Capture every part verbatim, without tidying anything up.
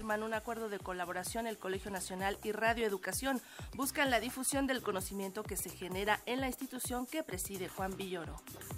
firman un acuerdo de colaboración el Colegio Nacional y Radio Educación. Buscan la difusión del conocimiento que se genera en la institución que preside Juan Villoro.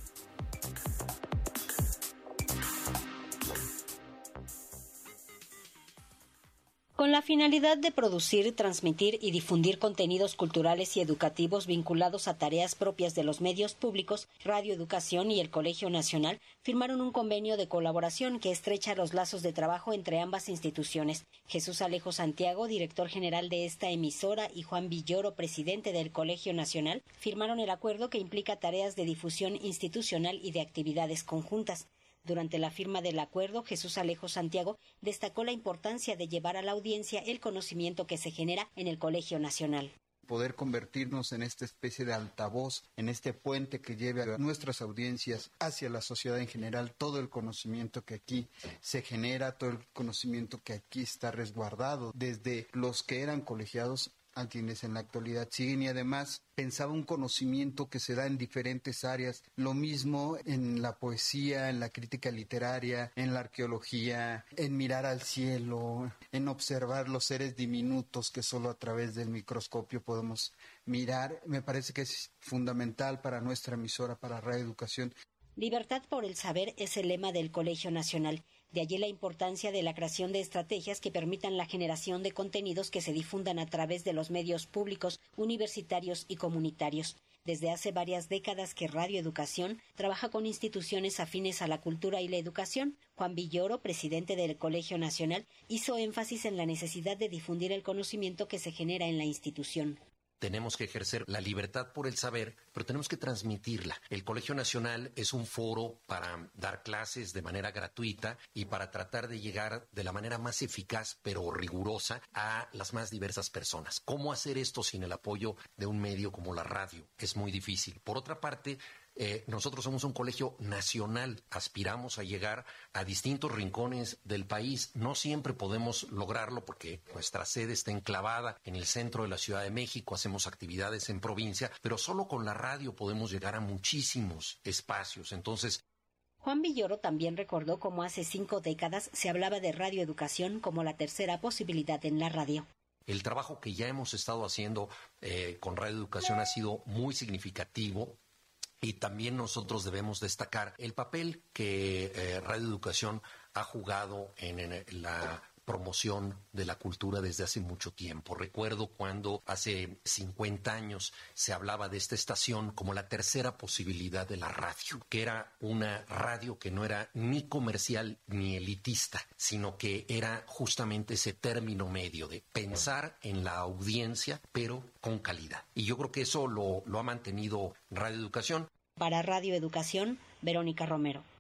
Con la finalidad de producir, transmitir y difundir contenidos culturales y educativos vinculados a tareas propias de los medios públicos, Radio Educación y el Colegio Nacional firmaron un convenio de colaboración que estrecha los lazos de trabajo entre ambas instituciones. Jesús Alejo Santiago, director general de esta emisora, y Juan Villoro, presidente del Colegio Nacional, firmaron el acuerdo que implica tareas de difusión institucional y de actividades conjuntas. Durante la firma del acuerdo, Jesús Alejo Santiago destacó la importancia de llevar a la audiencia el conocimiento que se genera en el Colegio Nacional. Poder convertirnos en esta especie de altavoz, en este puente que lleve a nuestras audiencias hacia la sociedad en general, todo el conocimiento que aquí se genera, todo el conocimiento que aquí está resguardado, desde los que eran colegiados a quienes en la actualidad siguen, y además pensaba un conocimiento que se da en diferentes áreas, lo mismo en la poesía, en la crítica literaria, en la arqueología, en mirar al cielo, en observar los seres diminutos que solo a través del microscopio podemos mirar. Me parece que es fundamental para nuestra emisora, para Radio Educación. Libertad por el saber es el lema del Colegio Nacional. De allí la importancia de la creación de estrategias que permitan la generación de contenidos que se difundan a través de los medios públicos, universitarios y comunitarios. Desde hace varias décadas que Radio Educación trabaja con instituciones afines a la cultura y la educación. Juan Villoro, presidente del Colegio Nacional, hizo énfasis en la necesidad de difundir el conocimiento que se genera en la institución. Tenemos que ejercer la libertad por el saber, pero tenemos que transmitirla. El Colegio Nacional es un foro para dar clases de manera gratuita y para tratar de llegar de la manera más eficaz, pero rigurosa, a las más diversas personas. ¿Cómo hacer esto sin el apoyo de un medio como la radio? Es muy difícil. Por otra parte, Eh, nosotros somos un colegio nacional, aspiramos a llegar a distintos rincones del país. No siempre podemos lograrlo porque nuestra sede está enclavada en el centro de la Ciudad de México, hacemos actividades en provincia, pero solo con la radio podemos llegar a muchísimos espacios. Entonces, Juan Villoro también recordó cómo hace cinco décadas se hablaba de Radio Educación como la tercera posibilidad en la radio. El trabajo que ya hemos estado haciendo eh, con Radio Educación ha sido muy significativo. Y también nosotros debemos destacar el papel que eh, Radio Educación ha jugado en, en la promoción de la cultura desde hace mucho tiempo. Recuerdo cuando hace cincuenta años se hablaba de esta estación como la tercera posibilidad de la radio, que era una radio que no era ni comercial ni elitista, sino que era justamente ese término medio de pensar en la audiencia, pero con calidad. Y yo creo que eso lo, lo ha mantenido Radio Educación. Para Radio Educación, Verónica Romero.